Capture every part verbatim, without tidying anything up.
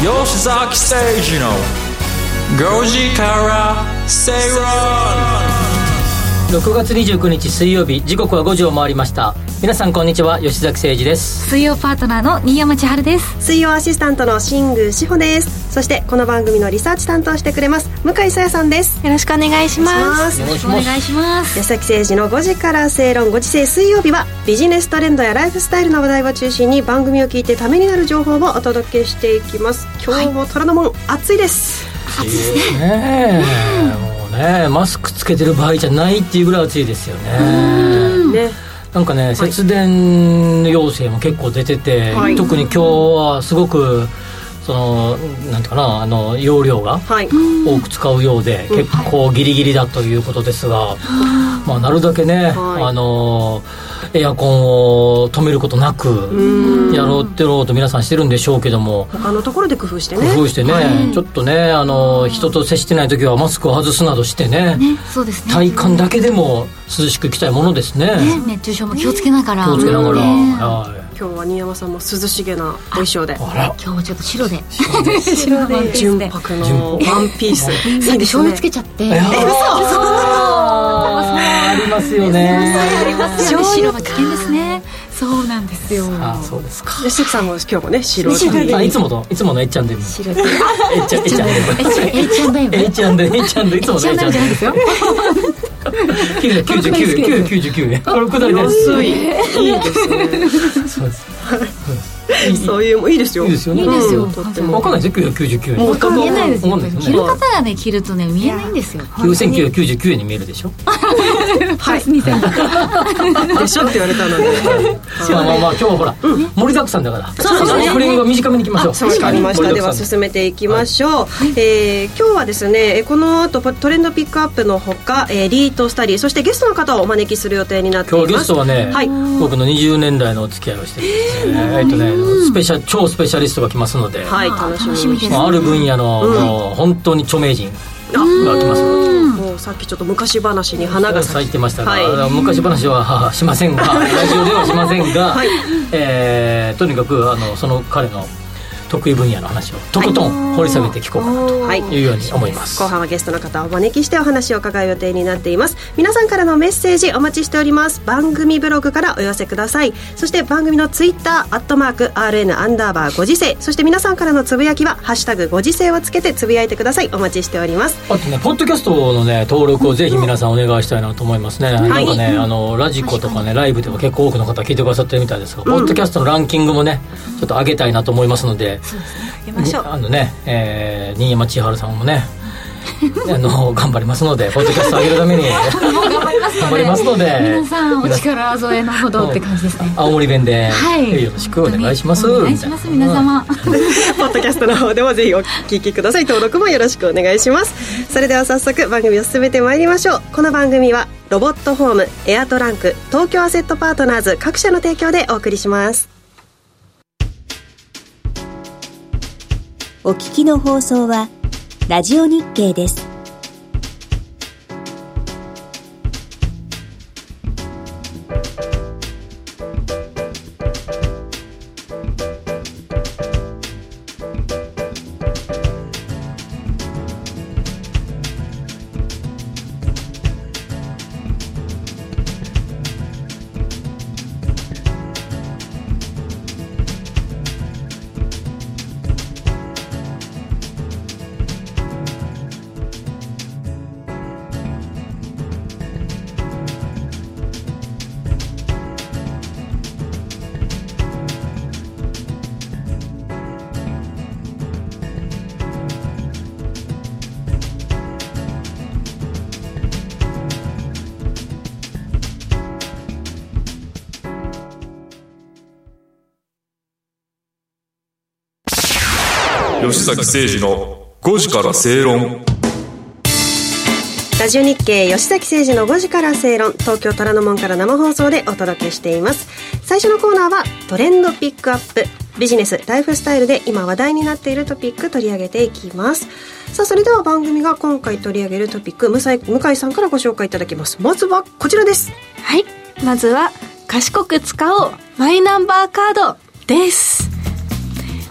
吉崎誠二のごじから正論。 ろくがつにじゅうくにち水曜日、時刻はごじを回りました。皆さんこんにちは、吉崎誠二です。 水曜パートナーの新山千春です。 水曜アシスタントの新宮志保です。そしてこの番組のリサーチ担当してくれます向井沙耶さんです。 よろしくお願いします。 よろしくお願いします。 吉崎誠二のごじから正論。ご時世水曜日はビジネストレンドやライフスタイルの話題を中心に番組を聞いてためになる情報をお届けしていきます。今日も虎ノ門暑いです。 暑いですね。 ねえもうね、マスクつけてる場合じゃないっていうぐらい暑いですよね。 ね、 なんかね、節電要請も結構出てて、はい、特に今日はすごくそのなんていうかな、あの容量が多く使うようで、はい、結構ギリギリだということですが、はい、まあ、なるだけね、はい、あのエアコンを止めることなくやろうってろうと皆さんしてるんでしょうけども、 他のところで工夫してね工夫してね、はい、ちょっとね、あの人と接してない時はマスクを外すなどしてね、 ね、そうですね、 体感だけでも涼しくいきたいものですね。 ね、熱中症も気をつけながら気をつけながら、 ね、 はい、今日は新山さんも涼しげなお衣装で、 あら、 今日はちょっと白で白で純白のワンピース、 さっき醤油つけちゃって、 え、そうありますよね。 ありますよね。白は危険ですね。そうなんですよ。 あ、そうですか。 吉崎さんも今日もね白で、あ、いつもといつものエッチャンで白でエッチャンエッチャンでエッチャンだよね。 エッチャンでエッチャンでいつものエッチャンでですよ。きゅうひゃくきゅうじゅうきゅうえんきゅうひゃくきゅうじゅうきゅうえん、これくだりです。 安い、いいですね。 そうです。 そういうもいいですよ。 いいですよね。 いいですよ。 とっても分かんないですよ。きゅうひゃくきゅうじゅうきゅうえん。 もう見えないですよ。着るね、 方がね着るとね見えないんですよ。 きゅうせんきゅうひゃくきゅうじゅうきゅうえんに見えるでしょ。 はい。にせんでしょって言われたので。 まあまあまあ今日はほら盛りだくさんだから。そうですね。オープニングは短めにいきましょう。 わかりました。では進めていきましょう。え今日はですね、この後トレンドピックアップのほか、リートスタディ、そしてゲストの方をお招きする予定になっています。 今日ゲストはね、僕のにじゅうねんだいのお付き合いをしてるんですね。えっとね、スペシャル超スペシャリストが来ますので、 はい、楽しみです。 ある分野の、うん、もう本当に著名人が来ますので、 もうさっきちょっと昔話に花が咲いてましたが、 はい、 昔話はしませんがラジオではしませんが、はい、えー、とにかくあのその彼の得意分野の話をとことん掘り下げて聞こうかなというように思います。 後半はゲストの方をお招きしてお話を伺う予定になっています。皆さんからのメッセージお待ちしております。番組ブログからお寄せください。そして番組のツイッターアットマーク アールエヌ アンダーバーご時世、そして皆さんからのつぶやきはハッシュタグご時世をつけてつぶやいてください。お待ちしております。 あとね、ポッドキャストのね登録をぜひ皆さんお願いしたいなと思いますね、うん、なんかね、あのラジコとかねライブでは結構多くの方聞いてくださってるみたいですが、うん、ポッドキャストのランキングもねちょっと上げたいなと思いますので、 そうですね、 あのね、えー、新山千春さんもねあの頑張りますので、ポッドキャスト上げるために頑張ります頑張りますので、 皆さんお力添えのほどって感じですね。 青森弁で、 はい、 よろしくお願いします。 お願いします皆様。 ポッドキャストの方でもぜひお聞きください。登録もよろしくお願いします。それでは早速番組を進めてまいりましょう。この番組はロボットホーム、エアトランク、東京アセットパートナーズ各社の提供でお送りします。 お聞きの放送はラジオ日経です。 吉崎誠二のごじから正論。 ラジオ日経吉崎誠二のごじから正論、東京虎ノ門から生放送でお届けしています。最初のコーナーはトレンドピックアップ、ビジネスライフスタイルで今話題になっているトピック取り上げていきます。さあ、それでは番組が今回取り上げるトピック、向井さんからご紹介いただきます。まずはこちらです。 はい、まずは賢く使おうマイナンバーカードです。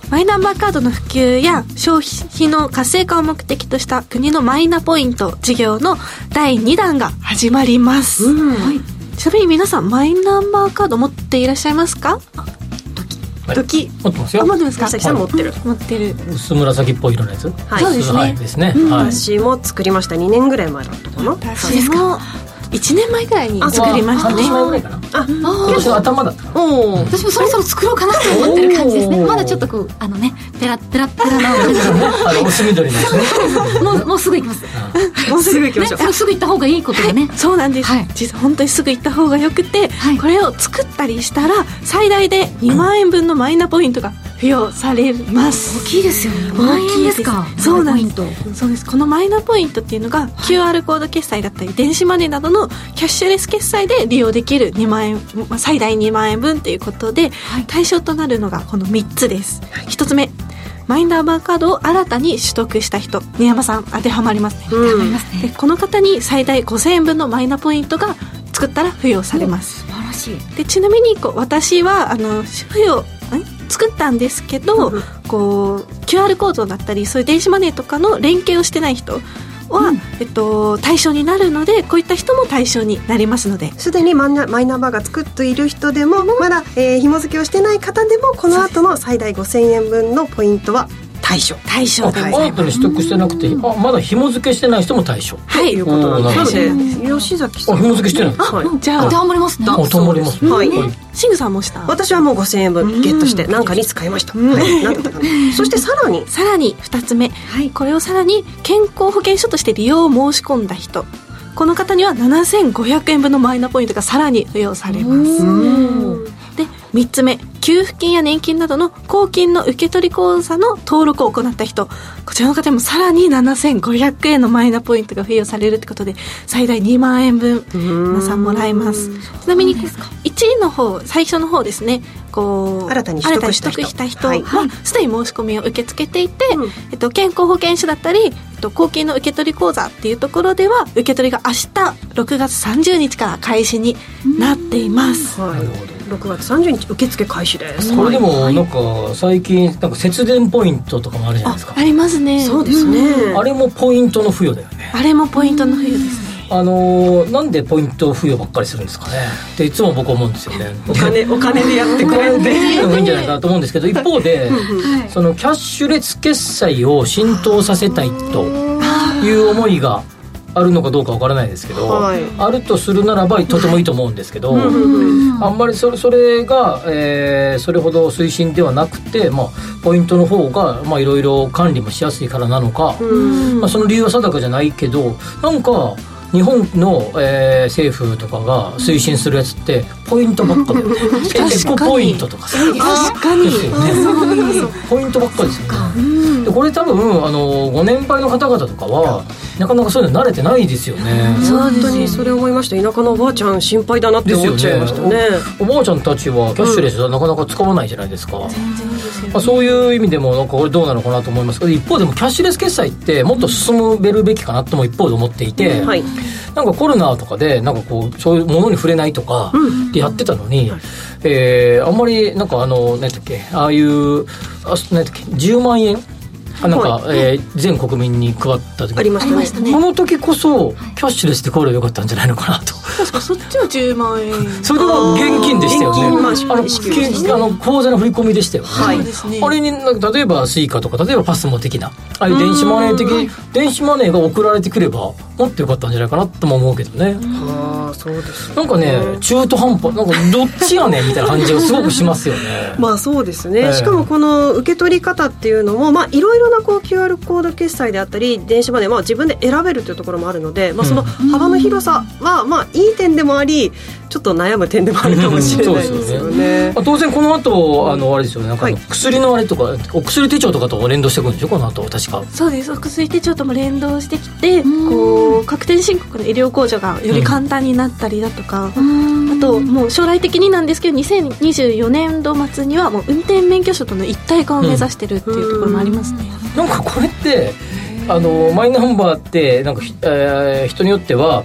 マイナンバーカードの普及や消費の活性化を目的とした国のマイナポイント事業のだいにだんが始まります、うんはい、ちなみに皆さんマイナンバーカード持っていらっしゃいますか？ドキ持ってますよ。 持ってますか？ さん持ってる、 持ってる薄紫っぽい色のやつ、 はい、 そうですね、 はいですね、 うんはい、 私も作りました。にねんぐらい前だったかな。 私もいちねんまえぐらいに作りましたね。 半年前ぐらいかな。あ、今年の頭だった。 おお。私もそろそろ作ろうかなと思ってる感じですね。まだちょっとこうあのねペラペラペラなあのお墨緑のやつね。 もうもうすぐ行きます。 もうすぐ行きましょう。 ね、すぐ行った方がいいことがね。 はい、そうなんです。はい、実は本当にすぐ行った方がよくて、はい、これを作ったりしたら最大でにまんえんぶんのマイナポイントが付与されます。 大きいですよね。にまんえんですか。 そうなんです。そうです。このマイナポイントっていうのが キューアール コード決済だったり電子マネーなどのキャッシュレス決済で利用できるにまんえん、最大にまんえんぶんということで、はい、対象となるのがこのみっつです。ひとつめ、マイナンバーカードを新たに取得した人、新山さん当てはまりますね。 当てはまりますね。 でこの方に最大ごせんえんぶんのマイナポイントが作ったら付与されます。 素晴らしい。 でちなみにこう私はあの付与作ったんですけど、うん、こう キューアール コードだったりそういう電子マネーとかの連携をしてない人は、うんえっと、対象になるので、こういった人も対象になりますので、 すでにマイナ、マイナンバーが作っている人でも、まだ、えー、紐付けをしてない方でもこの後の最大ごせんえんぶんのポイントは対象対象でございます。 アートに取得してなくて、あまだ紐付けしてない人も対象はいということなんですね。吉崎さんあ紐付けしてない、 はい、じゃあ当てはまりますね。 当てはまりますね。 はい、 シングさんもした。 私はもうごせんえんぶんゲットして何かに使いました、はい、なんだったかな。そしてさらにさらにふたつめ、はい、これをさらに健康保険証として利用を申し込んだ人、この方にはななせんごひゃくえんぶんのマイナポイントがさらに付与されます。でみっつめ、給付金や年金などの公金の受け取り口座の登録を行った人、こちらの方もさらにななせんごひゃくえんのマイナポイントが付与されるということで最大にまんえんぶん皆さんもらえます。ちなみにいちいの方、最初の方ですね、こう新たに取得した人、 した人はすでに申し込みを受け付けていて、うんえっと、健康保険証だったり、えっと、公金の受け取り口座っていうところでは受け取りが明日ろくがつさんじゅうにちから開始になっています。 はい、ろくがつさんじゅうにち受付開始です。 これでもなんか最近なんか節電ポイントとかもあるじゃないですか。 あ, ありますね。 そうですね、 うん、あれもポイントの付与だよね。 あれもポイントの付与ですね。 あのー、なんでポイント付与ばっかりするんですかねっていつも僕思うんですよね。 お金お金でやってくれていいのもいいんじゃないかなと思うんですけど、一方で、はい、そのキャッシュレス決済を浸透させたいという思いがあるのかどうかわからないですけど、はい、あるとするならばとてもいいと思うんですけど、はい、あんまりそれ、それが、えー、それほど推進ではなくて、まあ、ポイントの方がいろいろ管理もしやすいからなのか、まあ、その理由は定かじゃないけど、なんか日本の、えー、政府とかが推進するやつってポイントばっかだよね。エコポイントとかさ、 確かにですよね。ポイントばっかりですよね。でこれ多分あのご年配の方々とかはなかなかそういうの慣れてないですよね。 本当にそれ思いました。田舎のおばあちゃん心配だなって思っちゃいました ね, ねお, おばあちゃんたちはキャッシュレスはなかなか使わないじゃないですか、うん、全然ですよね。まあ、そういう意味でもなんかこれどうなのかなと思いますけど、一方でもキャッシュレス決済ってもっと進めるべきかなとも一方で思っていて、うんはい、なんかコロナとかでなんかこうそういうものに触れないとかでやってたのに、うんえー、あんまりなんかあの何だっけああいうあ何だっけじゅうまんえんなんか、はいえー、全国民に配った時ありましたね。 この時こそキャッシュレスで配ればよかったんじゃないのかなと。 確かそっちはじゅうまんえんそれは現金でしたよね。 現金、まあ、 あの支給ですね。 あの口座の振り込みでしたよね、 はい、 あれに例えばスイカとか例えばパスモ的なああいう電子マネー的電子マネーが送られてくればもっとよかったんじゃないかなとも思うけどね。 はあそうですね。 なんかね中途半端なんかどっちやねんみたいな感じがすごくしますよね。 まあそうですね、 えー、 しかもこの受け取り方っていうのもまあいろいろなこう キューアール コード決済であったり電子マネー、まあ、自分で選べるというところもあるので、まあ、その幅の広さはまあいい点でもありちょっと悩む点でもあるかもしれないですよね。 まあ、当然この後あのあれですよね、なんか薬のあれとか、はい、お薬手帳とかと連動してくるんでしょこの後確か。 そうです。お薬手帳とも連動してきてこう確定申告の医療控除がより簡単になったりだとか、うん、あともう将来的になんですけどにせんにじゅうよねんど末にはもう運転免許証との一体化を目指してるっていうところもありますね。 うん、なんかこれってあのマイナンバーってなんか、えー、人によっては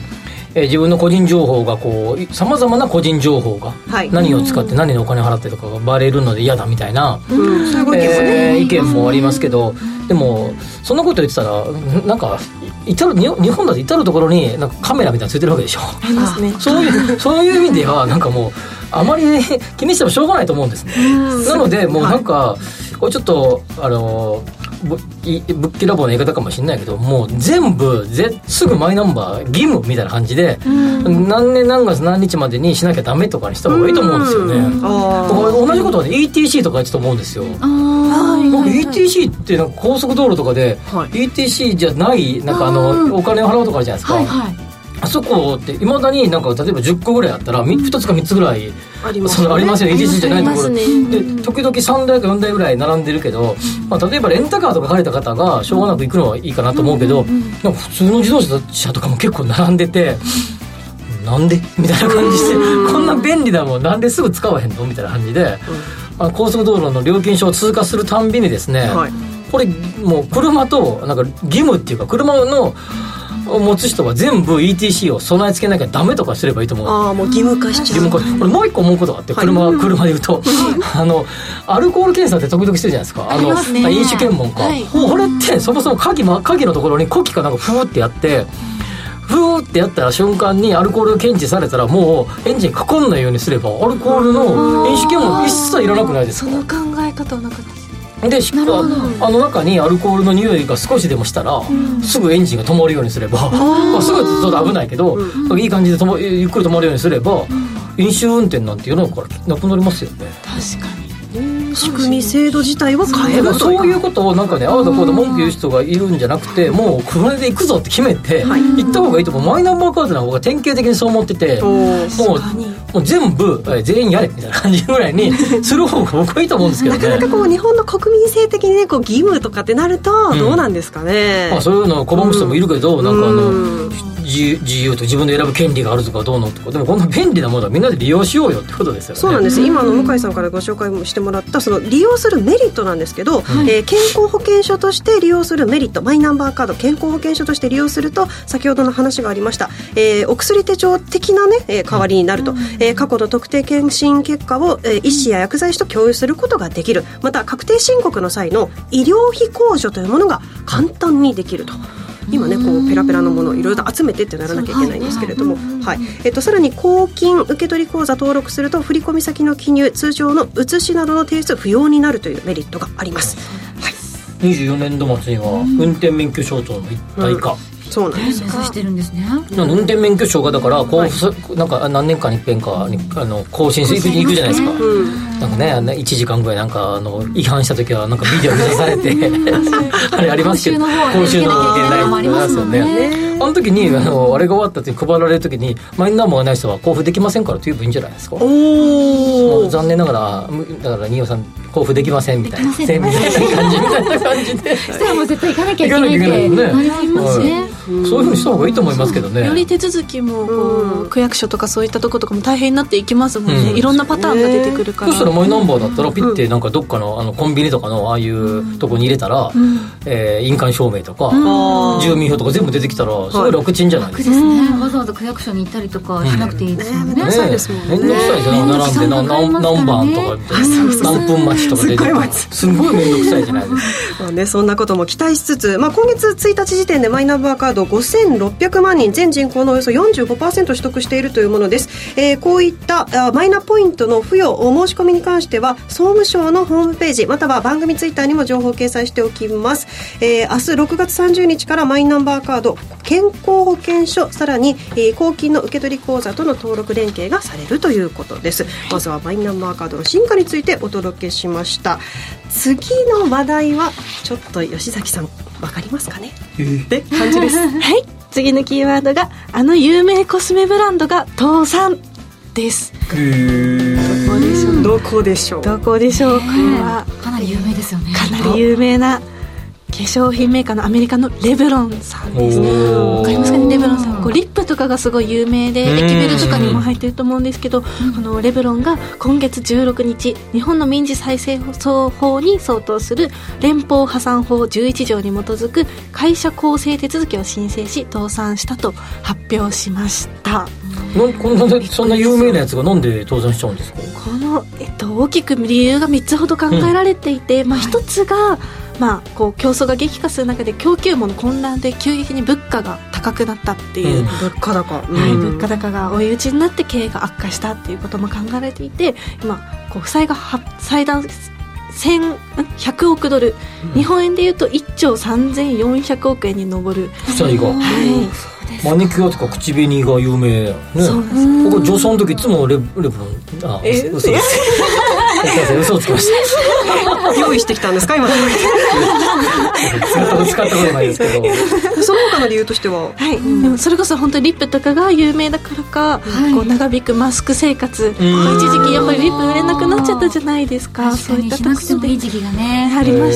えー、自分の個人情報がこうさまざまな個人情報が何を使って何にお金払ってとかがバレるので嫌だみたいな、うん、そういう意見もね、えー、意見もありますけど、でもそんなこと言ってたらなんか至る日本だと至るところになんかカメラみたいなのついてるわけでしょ。ありますね。そういうそういう意味ではなんかもうあまり気にしてもしょうがないと思うんですね。なのでもうなんか、はい、これちょっとあのぶぶっきらぼうな言い方かもしれないけど、もう全部ぜすぐマイナンバー義務みたいな感じで、何年何月何日までにしなきゃダメとかにした方がいいと思うんですよね。あ同じことはね イーティーシー とかやってたと思うんですよ。あ僕 イーティーシー ってなんか高速道路とかで、はい、イーティーシー じゃないなんかあのお金を払うとかあるじゃないですか、はいはい、あそこっていまだになんか例えばじゅっこぐらいあったらふたつかみっつぐらいありますよね。イーティーシー じゃないところで時々さんだいかよんだいぐらい並んでるけど、まあ、例えばレンタカーとか借りた方がしょうがなく行くのはいいかなと思うけど、なんか普通の自動車とかも結構並んでてなんでみたいな感じでこんな便利だもんなんですぐ使わへんのみたいな感じで、あの高速道路の料金所を通過するたんびにですね、はい、これもう車となんか義務っていうか車の持つ人は全部 イーティーシー を備え付けなきゃダメとかすればいいと思う。ああもう義務化しちゃう。義務化。これもう一個思うことがあって、車、はい、車で言うとあのアルコール検査って時々してるじゃないですか。あのあ飲酒検問か、はい、これってそもそも鍵鍵のところに呼気かなんかフーってやってフーってやったら瞬間にアルコールが検知されたらもうエンジンかかんないようにすればアルコールの飲酒検問一切いらなくないですか。 その考え方はなかったです。 でしかあの中にアルコールの匂いが少しでもしたら、うん、すぐエンジンが止まるようにすれば、まあ、すぐちょっと危ないけど、うん、いい感じで止まゆっくり止まるようにすれば、うん、飲酒運転なんて世の中からなくなりますよね。 確かに仕組み制度自体は変えるというそういうことをなんかねああだこうだ文句言う人がいるんじゃなくて、もうこれで行くぞって決めて、はい、行った方がいいと思う。マイナンバーカードの方が典型的にそう思ってて、もう、もう全部全員やれみたいな感じぐらいにする方が僕はいいと思うんですけどね。 なかなかこう日本の国民性的にねこう義務とかってなるとどうなんですかね、 うんまあ、そういうのを拒む人もいるけど、うん、なんかあの、うん自由、自由と自分で選ぶ権利があるとかどうのとか、でもこんな便利なものはみんなで利用しようよってことですよね。 そうなんです。今の向井さんからご紹介もしてもらったその利用するメリットなんですけど、うんえー、健康保険証として利用するメリット、マイナンバーカード健康保険証として利用すると先ほどの話がありました、えー、お薬手帳的な、ねえー、代わりになると、うんえー、過去の特定健診結果を、えー、医師や薬剤師と共有することができる。また確定申告の際の医療費控除というものが簡単にできると。今ねこうペラペラのものをいろいろと集めてってならなきゃいけないんですけれども、はいえっと、さらに公金受取口座登録すると振込先の記入通常の写しなどの提出不要になるというメリットがあります、はい、 にじゅうよねんど末には運転免許証との一体化、うんそうなんです目指してるんですね。 運転免許証がだから交付、はい、なんか何年かに一遍かにあの更新しに行くじゃないですか、うん、なんかねいちじかんぐらいなんかあの違反した時はなんかビデオ見されてあれありますけど講習の方はねありますよね。あの時にあのあれが終わった時に配られる時にマイナンバーがない人は交付できませんからと言えばいいんじゃないですか。お残念ながらだから新尾さん交付できませんみたいな、せんみたいな感じみたいな感じでそしたらもう絶対行かなきゃいけないってなりますね。 そういうふうにした方がいいと思いますけどね。 より手続きもこう区役所とかそういったところとかも大変になっていきますもんね、うん、いろんなパターンが出てくるから。 そしたらマイナンバーだったらピッてなんかどっかの、あのコンビニとかのああいうとこに入れたら、うんえー、印鑑証明とか、うん、住民票とか全部出てきたらすごい楽ちんじゃないですか。 楽ですね。わざわざ区役所に行ったりとかしなくていいですもんね。面倒くさいですもんね。 面倒くさいですよね。並んで何, 何番とか何分待ちとか出てくるすごい面倒くさいじゃないですか。 まあね、そんなことも期待しつつ、まあ、今月ついたち時点でマイナンバーカードごせんろっぴゃくまんにん全人口のおよそ よんじゅうごパーセント 取得しているというものです、えー、こういったあマイナポイントの付与お申し込みに関しては総務省のホームページまたは番組ツイッターにも情報を掲載しておきます、えー、明日ろくがつさんじゅうにちからマイナンバーカード健康保険証さらに、えー、公金の受取口座との登録連携がされるということです。まずはマイナンバーカードの進化についてお届けしました。次の話題はちょっと吉崎さん分かりますかね、えー、って感じですはい次のキーワードがあの有名コスメブランドが倒産です。 どこでしょうどこでしょうどこでしょうこれはかなり有名ですよね。 かなり有名な粧品メーカーのアメリカのレブロンさんです。わかりますかね、レブロンさん。こうリップとかがすごい有名で、駅ビルとかにも入ってると思うんですけど、このレブロンが今月じゅうろくにち、日本の民事再生法に相当する連邦破産法じゅういちじょうに基づく会社構成手続きを申請し倒産したと発表しました。 なこんなそんな有名なやつがなんで倒産しちゃうんですか？ この、えっと、大きく理由がみっつほど考えられていて、うん、まあ、ひとつが、まあ、こう競争が激化する中で供給網の混乱で急激に物価が高くなったっていう、うん、 物価高、 はい、物価高が追い打ちになって経営が悪化したっていうことも考えられていて、今こう負債が最大せんひゃくおくドル、うん、日本円でいうといっちょうさんぜんよんひゃくおくえんに上る負債が、はい、マニキュアとか口紅が有名、ね、そうですね。僕女装の時いつもレブレブロン、あ、嘘です嘘をつきました用意してきたんですか今使った使ったことないですけどその他の理由としては、 はい、うん、でもそれこそ本当にリップとかが有名だからか、はい、こう長引くマスク生活、うん、一時期やっぱりリップ売れなくなっちゃったじゃないですか。 そういったところでいい時期がねありました。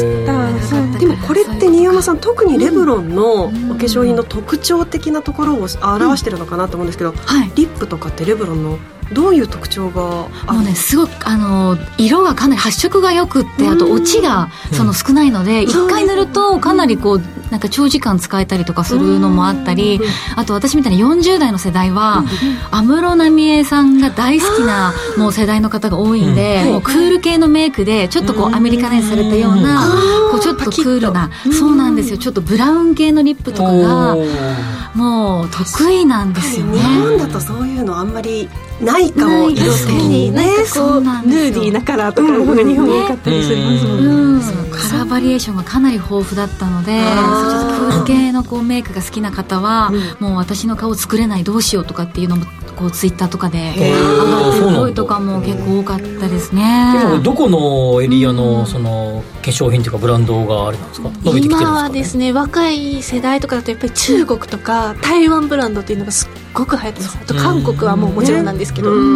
そうでもこれって新山さん、特にレブロンのお化粧品の特徴的なところを表してるのかなと思うんですけど、うん、はい、リップとかってレブロンのどういう特徴がある？ もうね、すごくあの色がかなり発色がよくって、あと落ちがその少ないので、一、うん、回塗るとかなりこうなんか長時間使えたりとかするのもあったり、あと私みたいなよんじゅうだいの世代は安室奈美恵さんが大好きなもう世代の方が多いんで、もうクール系のメイクでちょっとこうアメリカナイズされたようなこうちょっとクールな、そうなんですよ、ちょっとブラウン系のリップとかがもう得意なんですよね。 日本だとそういうのあんまりないかも。 色的にね、こうヌーディーなカラーとかの方が日本多かったりしますもんね、うんうん、 カラーバリエーションがかなり豊富だったので、ちょっとクール系のこうメイクが好きな方は、うん、もう私の顔作れないどうしようとかっていうのもこうツイッターとかで上がってる声とかも結構多かったですね。 今どこのエリアのその化粧品というかブランドがあれなんですか、伸びてきてるんですかね？ 今はですね、若い世代とかだとやっぱり中国とか台湾ブランドっていうのがすっごく流行ってます。あと韓国はもうもちろんなんですけど、うん、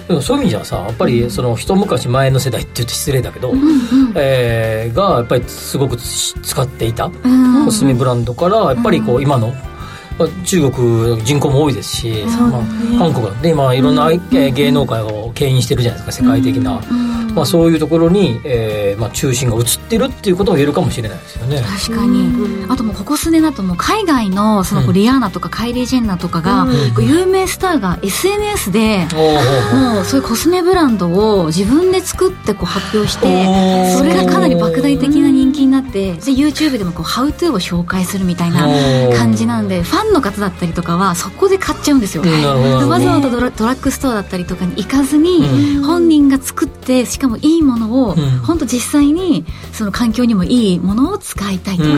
でもそういう意味じゃさ、やっぱりその一昔前の世代って言うと失礼だけど、うんうん、えー、がやっぱりすごく使っていたコスメブランドからやっぱりこう今の中国人口も多いですし、まあ、韓国で今いろんな芸能界を牽引してるじゃないですか、世界的な、まあ、そういうところに、えーまあ、中心が移ってるっていうことが言えるかもしれないですよね。 確かに、あともうここ数年だともう海外 の, そのこうリアーナとかカイリー・ジェンナーとかが、うん、こう有名スターが エスエヌエス で、うん、もうそういうコスメブランドを自分で作ってこう発表して、それがかなり莫大的な人気になって、で YouTube でもこうハウトゥーを紹介するみたいな感じなんで、ファンの方だったりとかはそこで買っちゃうんですよ、うん、わざわざドラ、ドラッグストアだったりとかに行かずに、うん、本人が作ってしかもいいものを、うん、本当実際にその環境にもいいものを使いたいとか、うん、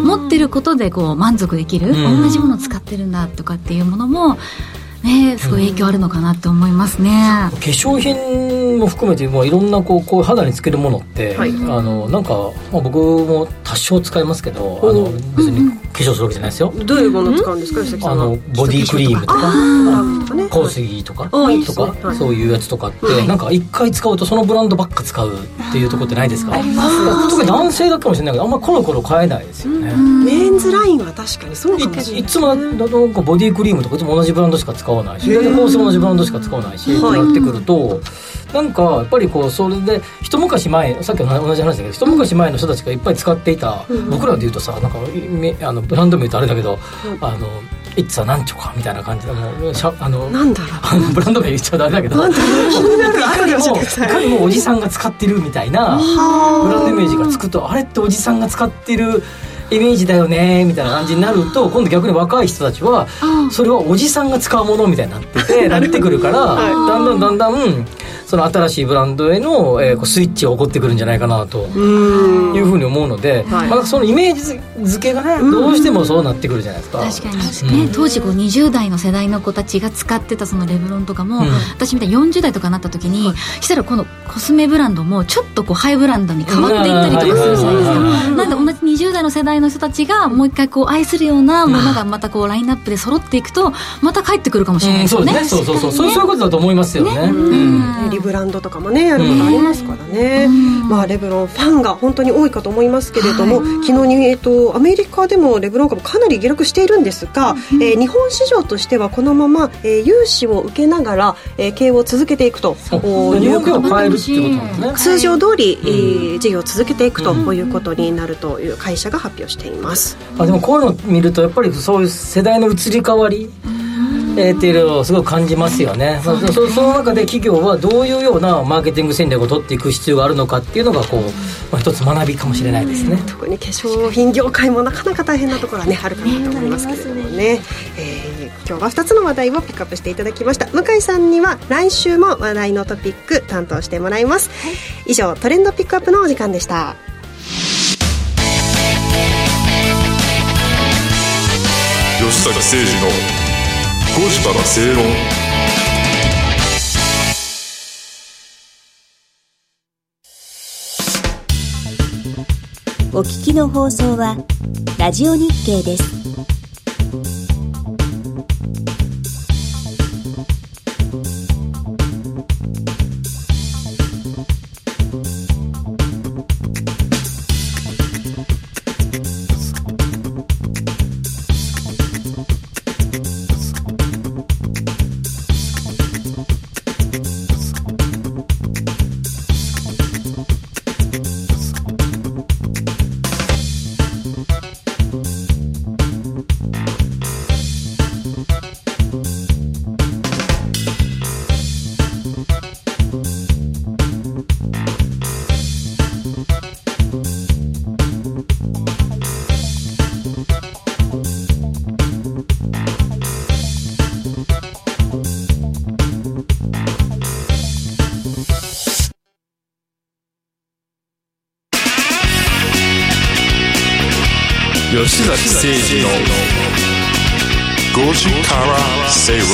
持ってることでこう満足できる、うん、同じものを使ってるんだとかっていうものもね、すごい影響あるのかなって思いますね、 うん、化粧品も含めてもういろんなこう、こう肌につけるものって、はい、あのなんか、まあ、僕も多少使いますけど、あの別に化粧するわけじゃないですよ。 どういうものを使うんですか、吉崎さんは？あのボディクリームとか香水とかとか、はい、そういうやつとかって、はい、なんか一回使うとそのブランドばっか使うっていうところってないですか？あります。特に男性だけかもしれないけど、あんまりコロコロ買えないですよね。 メンズラインは確かにそうかもしれない。 い, いつもなんかボディクリームとかいつも同じブランドしか使わないし、大体香水も同じブランドしか使わないし、ってなってくると、なんかやっぱりこうそれで一昔前、さっきの同じ話だけど、一昔前の人たちがいっぱい使っていた、うん、僕らで言うとさ、なんかあのブランド名言うとあれだけど、うん、あのいつはなんちょかみたいな感じで、もうあのなんだろう、 あのブランド名言っちゃうとあれだけど、なんだろう、いかにもいかにもおじさんが使ってるみたいなブランドイメージがつくと、あれっておじさんが使ってるイメージだよねみたいな感じになると、今度逆に若い人たちはそれはおじさんが使うものみたいになっててなってくるから、はい、だんだんだんだんその新しいブランドへの、えー、こうスイッチが起こってくるんじゃないかなというふうに思うので、はい、まあ、そのイメージ付けがね、どうしてもそうなってくるじゃないですか。 確かに確かに、ね、当時こうにじゅうだいの世代の子たちが使ってたそのレブロンとかも、うん、私みたいによんじゅうだいとかになった時に、はい、したらこのコスメブランドもちょっとこうハイブランドに変わっていったりとかするじゃないですか。なんで同じにじゅうだいの世代の人たちがもう一回こう愛するようなものがまたこうラインナップで揃っていくと、また帰ってくるかもしれないですよね、 うん、そうですね、そうそうそう、そういうことだと思いますよね、ね、 うん、リブランドとかもね、やることありますからね、うん、 まあ、レブロンファンが本当に多いかと思いますけれども、はい、昨日に、えー、とアメリカでもレブロン株かなり下落しているんですが、うん、えー、日本市場としてはこのまま、えー、融資を受けながら、えー、経営を続けていくということで、通常通り、えー、事業を続けていくということになるという会社が発表しています。 あ、でもこういうのを見るとやっぱりそういう世代の移り変わり、えー、っていうのをすごく感じますよね。まあ、そ, その中で企業はどういうようなマーケティング戦略を取っていく必要があるのかっていうのがこう、まあ、一つ学びかもしれないですね。 特に化粧品業界もなかなか大変なところは、ね、あるかなと思いますけれどもね、えー、今日はふたつの話題をピックアップしていただきました。向井さんには来週も話題のトピック担当してもらいます、はい、以上トレンドピックアップのお時間でした。 吉坂誠二のごじから正論。 お聞きの放送はラジオ日経です。 吉崎誠二のごじから正論。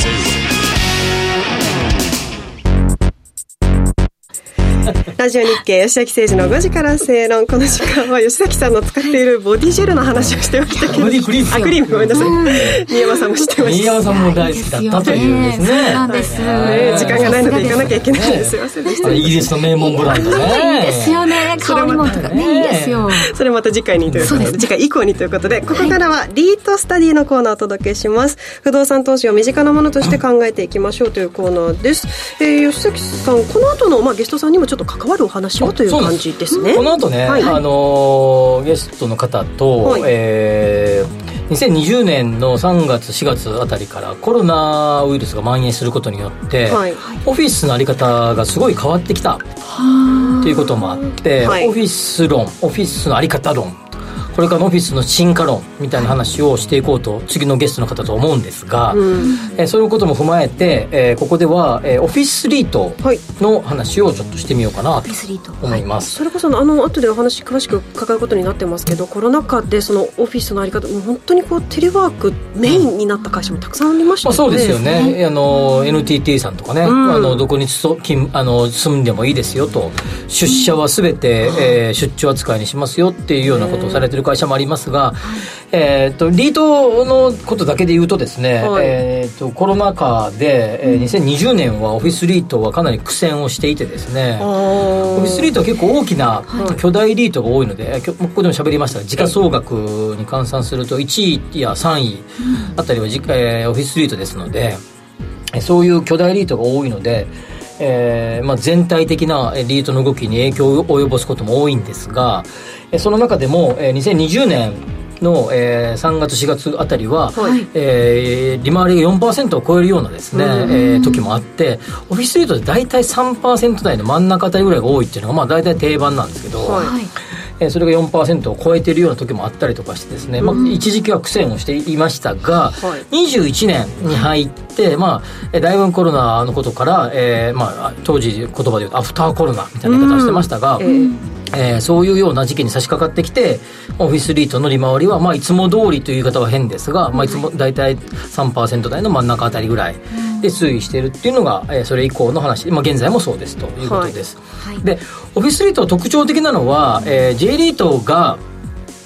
ラジオ日経吉崎誠二のごじから正論。この時間は吉崎さんの使っているボディジェルの話をしてましたけど、 ボディクリーム、 あ、クリームごめんなさい。新山さんも知ってました。 新山さんも大好きだったというですね。そうなんです、 ね、時間がないので行かなきゃいけないんです。すいませんでした。 イギリスの名門ブランドね。 いいですよね。香りもとかね、いいですよ。 それまた次回にということで、次回以降にということで、ここからはリートスタディのコーナーをお届けします。不動産投資を身近なものとして考えていきましょうというコーナーです。えー、吉崎さん、この後の、まあ、ゲストさんにもちょっと関わるお話をという感じですね。 この後ね、はい、あのー、ゲストの方と、はい、えー、にせんにじゅうねんのさんがつしがつあたりからコロナウイルスが蔓延することによって、はい、オフィスのあり方がすごい変わってきたということもあって、はい、オフィス論、オフィスのあり方論、これからのオフィスの進化論みたいな話をしていこうと次のゲストの方と思うんですが、うん、えー、そういうことも踏まえて、えー、ここでは、えー、オフィスリートの話をちょっとしてみようかなと思います。 はい、それこそあの後でお話詳しく伺うことになってますけど、コロナ禍でそのオフィスのあり方、もう本当にこうテレワークメインになった会社もたくさんありましたよね。 まあ、そうですよね。あの エヌティーティー さんとかね、うん、あのどこに勤あの住んでもいいですよと、出社は全て、うん、えー、出張扱いにしますよっていうようなことをされている会社もありますが、えー、とリートのことだけで言うとですね、はい、えー、とコロナ禍で、えー、にせんにじゅうねんはオフィスリートはかなり苦戦をしていてですね、オフィスリートは結構大きな巨大リートが多いので、はい、ここでも喋りましたが時価総額に換算するといちいやさんいあたりは、えー、オフィスリートですので、そういう巨大リートが多いので、えーまあ、全体的なリートの動きに影響を及ぼすことも多いんですが、その中でもにせんにじゅうねんの、えー、さんがつしがつあたりは、はい、えー、利回りが よんパーセント を超えるようなですね、えー、時もあって、オフィスリートで大体 さんパーセント 台の真ん中あたりぐらいが多いっていうのが、まあ、大体定番なんですけど、はい、えー、それが よんパーセント を超えているような時もあったりとかしてですね、まあ、一時期は苦戦をしていましたが、はい、にじゅういちねんに入って、まあ、だいぶコロナのことから、えーまあ、当時言葉で言うとアフターコロナみたいな言い方をしてましたが、えーえー、そういうような時期に差し掛かってきて、オフィスリートの利回りは、まあ、いつも通りという言い方は変ですが、まあ、いつも大体 さんパーセント 台の真ん中あたりぐらいで推移しているっていうのが、えー、それ以降の話、まあ、現在もそうですということです。はいはい、でオフィスリート特徴的なのは、えー、J リートが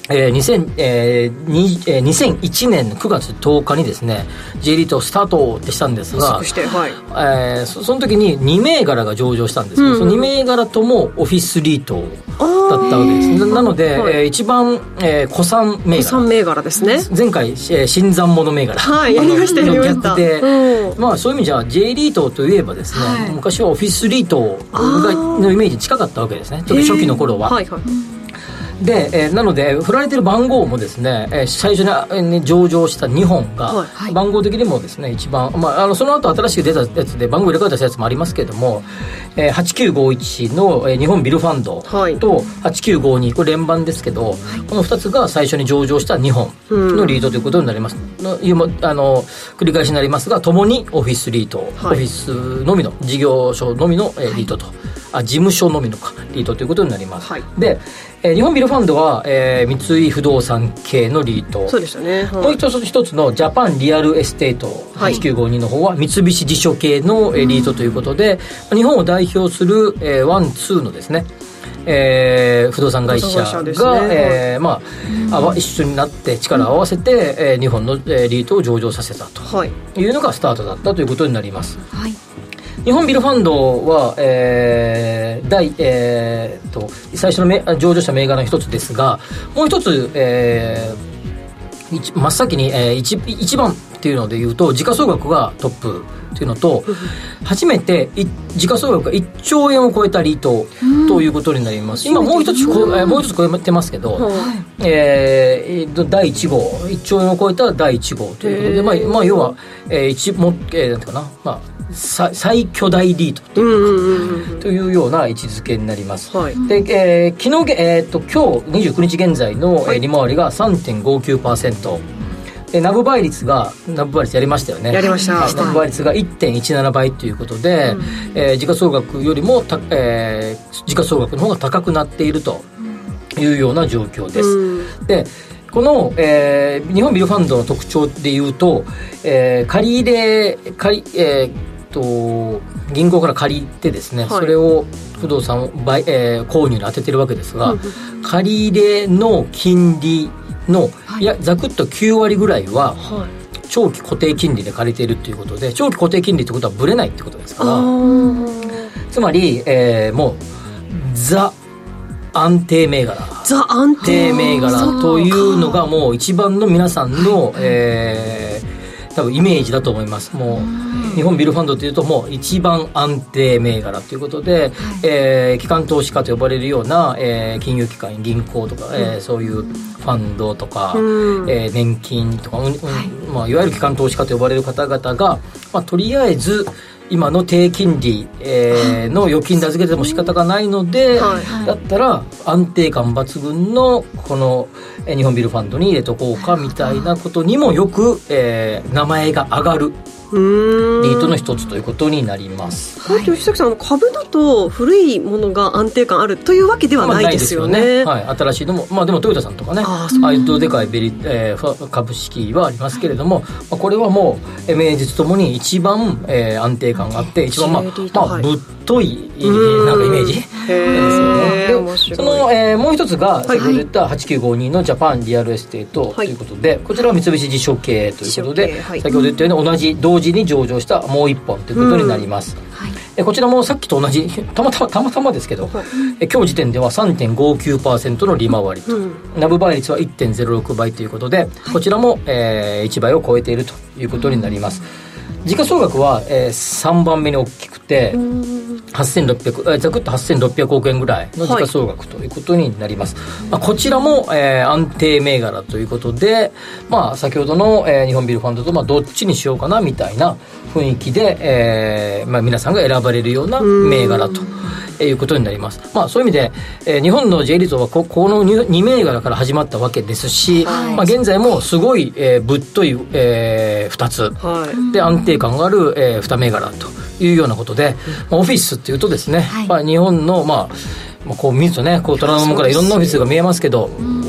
えーにせんえーにえー、にせんいちねんのくがつとおかにですね J リートスタートってしたんですが、 して、はい、 えー、そ, その時にに銘柄が上場したんですけど、うん、そのに銘柄ともオフィスリートだったわけです。 な, なので、はい、えー、一番、えー、古参銘柄古参銘柄ですね。 前回、えー、新参者銘柄、 はい、やりましたやりました。 逆で、うん、まあ、そういう意味じゃ J リートといえばですね、はい、昔はオフィスリートがのイメージ近かったわけですね、ちょっと初期の頃は、はいはい。で、えー、なので振られている番号もですね、えー、最初に、えー、上場したにほんが、はい、番号的にもですね一番、まあ、あのその後新しく出たやつで番号入れ替えたやつもありますけれども、えー、はちきゅうごいちの、えー、日本ビルファンドとはちきゅうごに、これ連番ですけど、はい、このふたつが最初に上場したにほんのリートということになります。のあの繰り返しになりますが、ともにオフィスリート、はい、オフィスのみの事業所のみの、えー、リートと、あ事務所のみのかリートということになります、はい。で、えー、日本ビルファンドは、えー、三井不動産系のリート。 そうでしたね、はい。もう一つ一つのジャパンリアルエステート、はい、はちきゅうごにの方は三菱地所系の、えー、リートということで、うん、日本を代表する、えー、ワンツーのですね、えー、不動産会社が、ね、えーまあ、うん、一緒になって力を合わせて、うん、えー、日本の、えー、リートを上場させたというのがスタートだったということになります、はい。日本ビルファンドは、えー第えー、と最初の上場した銘柄の一つですが、もう一つ、えー、真っ先に、えー、一, 一番っていうのでいうと時価総額がトップというのと、初めて時価総額がいっちょうえんを超えたリートということになります。今もう一つこ、えー、もう一つ超えてますけど、はい、えー、だいいち号いっちょうえんを超えただいいち号ということで、まあまあ、要は、えー、一も、えー、なんていうかな、まあ最巨大リートという、うんうん、というような位置づけになります、はい。で、えー、昨日、えー、と今日にじゅうくにち現在の、はい、利回りが さんてんごきゅうパーセント、でナブ倍率がナブ倍率やりましたよね。 やりました。 ナブ倍率が いってんいちなな 倍ということで、うん、えー、時価総額よりもた、えー、時価総額の方が高くなっているというような状況です、うん。でこの、えー、日本ビルファンドの特徴でいうと、えー、借り入れ借り、えーと銀行から借りてですね、はい、それを不動産を、えー、購入に当ててるわけですが、借り入れの金利の、はい、いやざくっときゅうわりぐらいは、はい、長期固定金利で借りているということで、長期固定金利ってことはブレないってことですから、つまり、えー、もうザ安定銘柄ザ安定銘柄というのがもう一番の皆さんの、はい、えー、多分イメージだと思います。もう日本ビルファンドというともう一番安定銘柄ということで、はい、えー、機関投資家と呼ばれるような、えー、金融機関銀行とか、うん、えー、そういうファンドとか、うん、えー、年金とか、うん、はい、まあ、いわゆる機関投資家と呼ばれる方々が、まあ、とりあえず今の低金利、えー、の預金で預けても仕方がないので、はい、だったら安定感抜群のこの日本ビルファンドに入れとこうかみたいなことにもよく、えー、名前が上がるリートの一つということになります。 はい、吉崎さん、株だと古いものが安定感あるというわけではないですよね。まあ、ないですよね。 はい、新しいのも、まあ、でもトヨタさんとかね、ああいうとでかいベリ、えー、株式はありますけれども、まあ、これはもう名実ともに一番、えー、安定感があって一番、まあまあ、ぶっといなんかイメージですよね。でその、えー、もう一つが先ほど言ったはちきゅうごにのジャパンリアルエステートということで、はい、こちらは三菱地所系ということで、はい、先ほど言ったように同じ同時に上場したもう一本ということになります、はい。えこちらもさっきと同じたまたまたまたまですけど、はい、え今日時点では さんてんごきゅうパーセント の利回りと、うん、ナブ倍率は いってんぜろろく 倍ということで、はい、こちらも、えー、いちばいを超えているということになります、うん。時価総額は、えー、さんばんめに大きくて、はっせんろっぴゃく、えー、ざくっとはっせんろっぴゃくおくえんぐらいの時価総額ということになります、はい。まあ、こちらも、えー、安定銘柄ということで、まあ、先ほどの、えー、日本ビルファンドと、まあ、どっちにしようかなみたいな雰囲気で、えーまあ、皆さんが選ばれるような銘柄ということになります。まあ、そういう意味で、えー、日本の J リートはこ, この 2, に銘柄から始まったわけですし、はい、まあ、現在もすごい、えー、ぶっとい、えー、ふたつ、はい、で安定感がある、えー、に銘柄というようなことで、まあ、オフィスっていうとですね、はい、まあ、日本の、まあまあ、こう見るとね、こう虎ノ門からいろんなオフィスが見えますけど、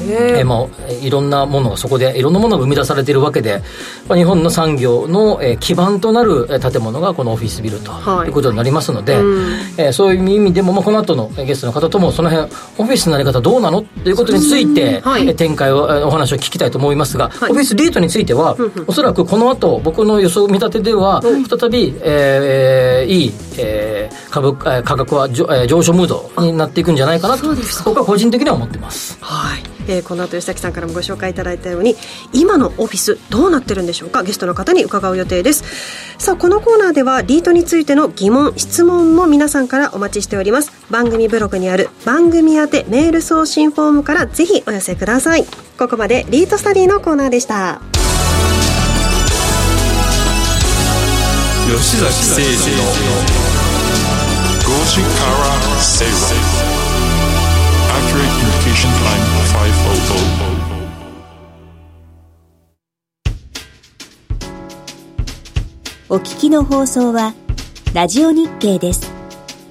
えーまあ、いろんなものがそこでいろんなものが生み出されているわけで、まあ、日本の産業の、えー、基盤となる建物がこのオフィスビルということになりますので、はい、えー、そういう意味でも、まあ、この後のゲストの方ともその辺オフィスのやり方どうなのということについて、はい、展開をお話を聞きたいと思いますが、はい、オフィスリートについては、うん、おそらくこの後僕の予想見立てでは、うん、再び、えー、いい、えー、株価格は上、えー、上昇ムードになっていくんじゃないかなと僕は個人的には思ってます。 はい、えー、この後吉崎さんからもご紹介いただいたように今のオフィスどうなってるんでしょうか、ゲストの方に伺う予定です。さあこのコーナーではリートについての疑問質問も皆さんからお待ちしております。番組ブログにある番組宛てメール送信フォームからぜひお寄せください。ここまでリートスタディのコーナーでした。 吉崎誠二のごじから正論 Accurate Communication Time ごひゃく。 お聞きの放送はラジオ日経です。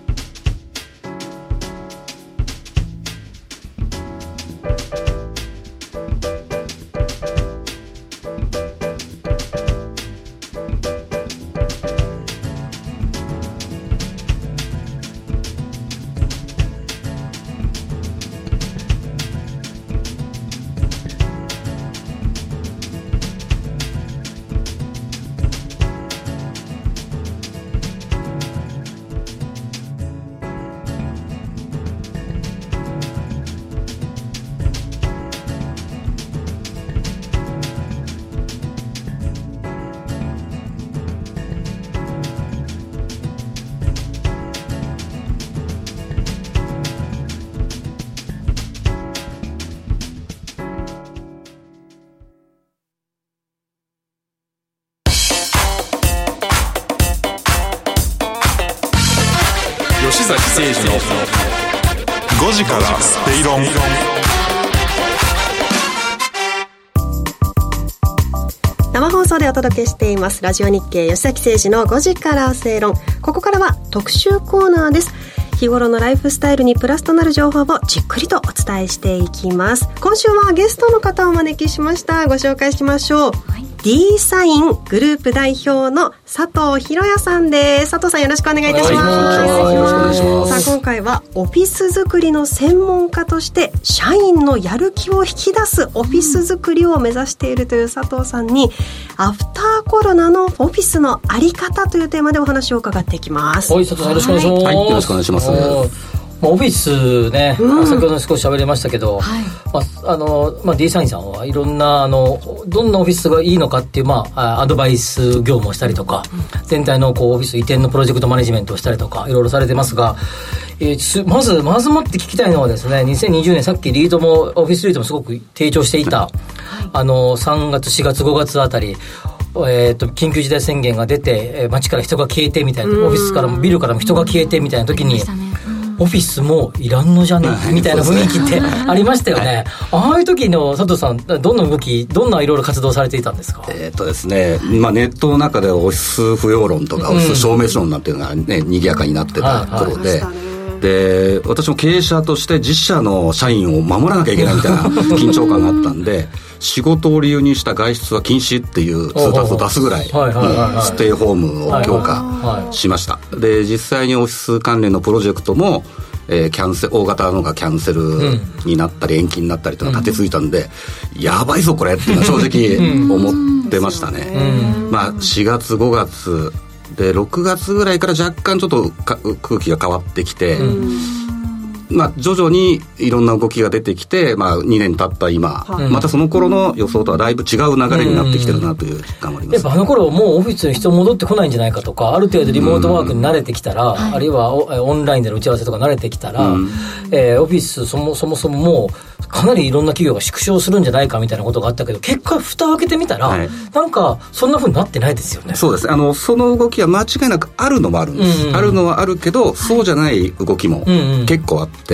吉崎誠二のごじから正論。 生放送でお届けしていますラジオ日経吉崎誠二のごじから正論。ここからは特集コーナーです。日頃のライフスタイルにプラスとなる情報をじっくりとお伝えしていきます。今週はゲストの方をお招きしました。ご紹介しましょう、はい、D サイングループ代表の佐藤博也さんです。佐藤さんよろしくお願いいたします。 はい、よろしくお願いします。 さあ今回はオフィス作りの専門家として社員のやる気を引き出すオフィス作りを目指しているという佐藤さんに、アフターコロナのオフィスのあり方というテーマでお話を伺っていきます。 はい、佐藤さんよろしくお願いします。 はい、よろしくお願いします。 オフィスね、うん、先ほど少し喋りましたけど、 はい、 まああのまあ、D サインさんはいろんなあのどんなオフィスがいいのかっていう、まあ、アドバイス業務をしたりとか、うん、全体のこうオフィス移転のプロジェクトマネジメントをしたりとかいろいろされてますが、えー、まずまずもって聞きたいのはですね、にせんにじゅうねんさっきリートもオフィスリートもすごく提唱していた、はい、あのさんがつしがつごがつあたりえー、と緊急事態宣言が出て、えー、街から人が消えてみたいな、オフィスからもビルからも人が消えてみたいな時に、オフィスもいらんのじゃねみたいな雰囲気ってありましたよね。ああいう時の佐藤さんどんな動きどんないろいろ活動されていたんですか。 えーとですねまあ、ネットの中でオフィス不要論とか、うん、オフィス証明書論なんていうのがね賑やかになってた頃で、はいはい、で私も経営者として自社の社員を守らなきゃいけないみたいな緊張感があったんで仕事を理由にした外出は禁止っていう通達を出すぐらいステイホームを強化しました。で実際にオフィス関連のプロジェクトも、えー、キャンセ大型のがキャンセルになったり延期になったりとか立てついたんで、うん、やばいぞこれっていうのは正直思ってましたね、うん、まあしがつごがつでろくがつぐらいから若干ちょっと空気が変わってきて、うんまあ、徐々にいろんな動きが出てきて、まあ、にねん経った今、はい、またその頃の予想とはだいぶ違う流れになってきてるなという実感もあります。 やっぱあの頃もうオフィスに人戻ってこないんじゃないかとか、ある程度リモートワークに慣れてきたら、あるいは オ, オンラインでの打ち合わせとか慣れてきたら、うんえー、オフィスそもそもそももうかなりいろんな企業が縮小するんじゃないかみたいなことがあったけど、結果蓋を開けてみたら、はい、なんかそんな風になってないですよね。 そうです。あのその動きは間違いなくあるのもあるんです、うんうん、あるのはあるけどそうじゃない動きも結構あって、 、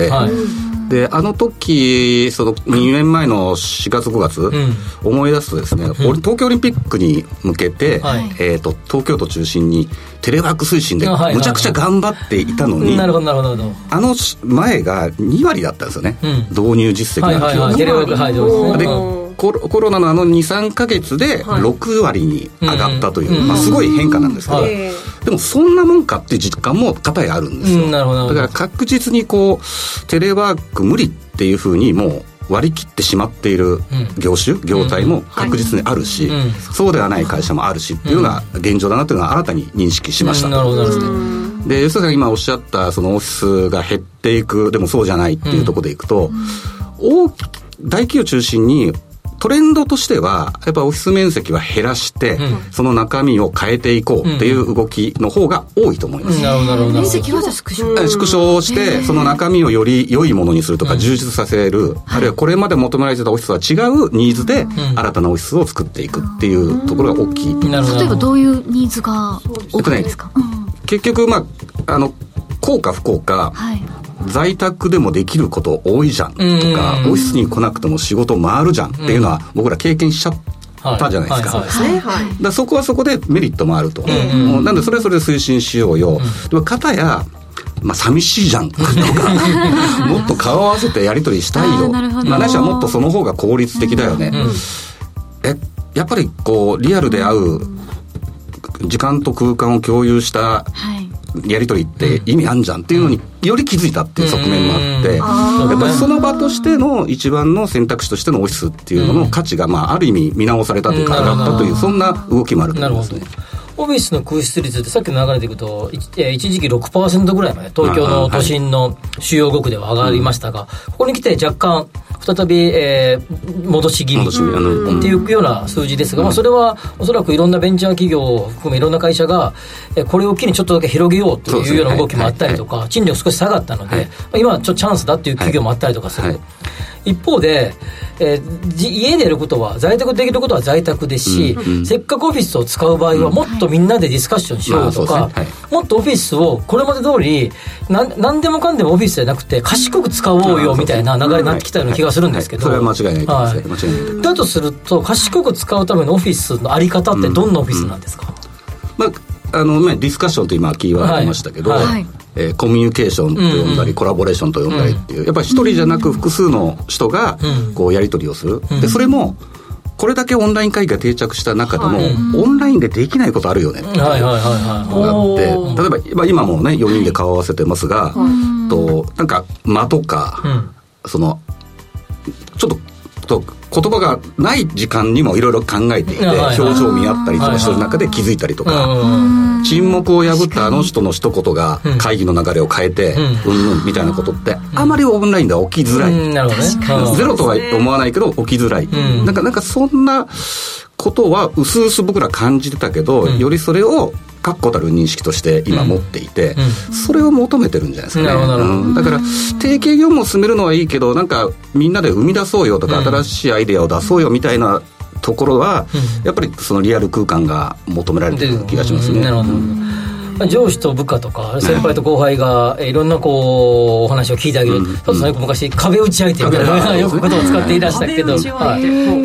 はい、であの時そのにねんまえのしがつごがつ、うん、思い出すとですね、うん、俺東京オリンピックに向けて、はい、えー、と東京都中心にテレワーク推進でむちゃくちゃ頑張っていたのに、あの前がにわりだったんですよね、うん、導入実績が、はいはいはい、テレワーク配慮ですね。コロ、コロナのあの にさんかげつでろくわりに上がったという、はい、まあ、すごい変化なんですけど、うん、でもそんなもんかっていう実感も片やあるんですよ、うん、なるほど。だから確実にこうテレワーク無理っていうふうにもう割り切ってしまっている業種、うん、業態も確実にあるし、うん、はい、そうではない会社もあるしっていうのが現状だなというのは新たに認識しましたと、うん、なるほどですね。で吉田さんが今おっしゃったそのオフィスが減っていく、でもそうじゃないっていうところでいくと、うん、大大企業中心にトレンドとしてはやっぱオフィス面積は減らして、うん、その中身を変えていこうっていう動きの方が多いと思います、うん、なるほどなるほど。 面積は縮小縮小してその中身をより良いものにするとか、うん、充実させる、うん、あるいはこれまで求められてたオフィスとは違うニーズで新たなオフィスを作っていくっていうところが大きい、うん、 例えばどういうニーズが多くないですか、うん、 結局まああの効果不効果、はい、在宅でもできること多いじゃんとか、オフィスに来なくても仕事回るじゃんっていうのは僕ら経験しちゃったじゃないですか。だそこはそこでメリットもあると、うんうん、なんでそれぞれ推進しようよ、うん、でも片やまあ寂しいじゃんとかもっと顔合わせてやり取りしたいよ、ないしはもっとその方が効率的だよね、うんうん、えやっぱりこうリアルで会う時間と空間を共有した、はいやり取りって意味あんじゃんっていうのにより気づいたっていう側面もあって、やっぱりその場としての一番の選択肢としてのオフィスっていうのの価値がまあある意味見直されたというか上がったという、そんな動きもあると思いますね。 オフィスの空室率ってさっきの流れでいくと一時期 ろくパーセント ぐらいまで東京の都心の主要国では上がりましたが、はい、ここに来て若干再び、えー、戻し気味っていうような数字ですが、うん、まあ、それはおそらくいろんなベンチャー企業を含めいろんな会社が、えー、これを機にちょっとだけ広げようというような動きもあったりとか、はいはい、賃料少し下がったので、はい、まあ、今はちょっとチャンスだっていう企業もあったりとかする、はいはい、一方で、えー、家でやることは在宅できることは在宅ですし、うんうん、せっかくオフィスを使う場合はもっとみんなでディスカッションしようとか、まあ、はい、もっとオフィスをこれまで通り何でもかんでもオフィスじゃなくて賢く使おうよみたいな流れになってきたような気がするんですけど、 はいはい、それは間違いないですね、はい、間違いない。 だとすると賢く使うためのオフィスのあり方ってどんなオフィスなんですか？ うんうん、まあ、あのね、ディスカッションと今キーワードありましたけど、はいはい、えー、コミュニケーションと呼んだり、うん、コラボレーションと呼んだりっていう、やっぱり一人じゃなく複数の人がこうやり取りをする、うん、でそれもこれだけオンライン会議が定着した中でも、はい、オンラインでできないことあるよねっていうのがあって、例えば今もねよにんで顔合わせてますが、はい、となんか間とか、うん、そのちょっとと言葉がない時間にもいろいろ考えていて、表情を見合ったりとかしてる中で気づいたりとか、沈黙を破ったあの人の一言が会議の流れを変えてうんうんみたいなことってあまりオンラインでは起きづらい、ゼロとは思わないけど起きづらい、なんかなんかそんなことはうすうす僕ら感じてたけど、よりそれを確固たる認識として今持っていて、うん、それを求めてるんじゃないですかね、うん、だから提携業務を進めるのはいいけど、なんかみんなで生み出そうよとか、うん、新しいアイデアを出そうよみたいなところは、うん、やっぱりそのリアル空間が求められてる気がしますね。なるほど、 うん、上司と部下とか先輩と後輩がいろんなこうお話を聞いてあげる、うん、ただよく昔壁打ち相手みたいなよく言葉を使っていらしたけど、はい、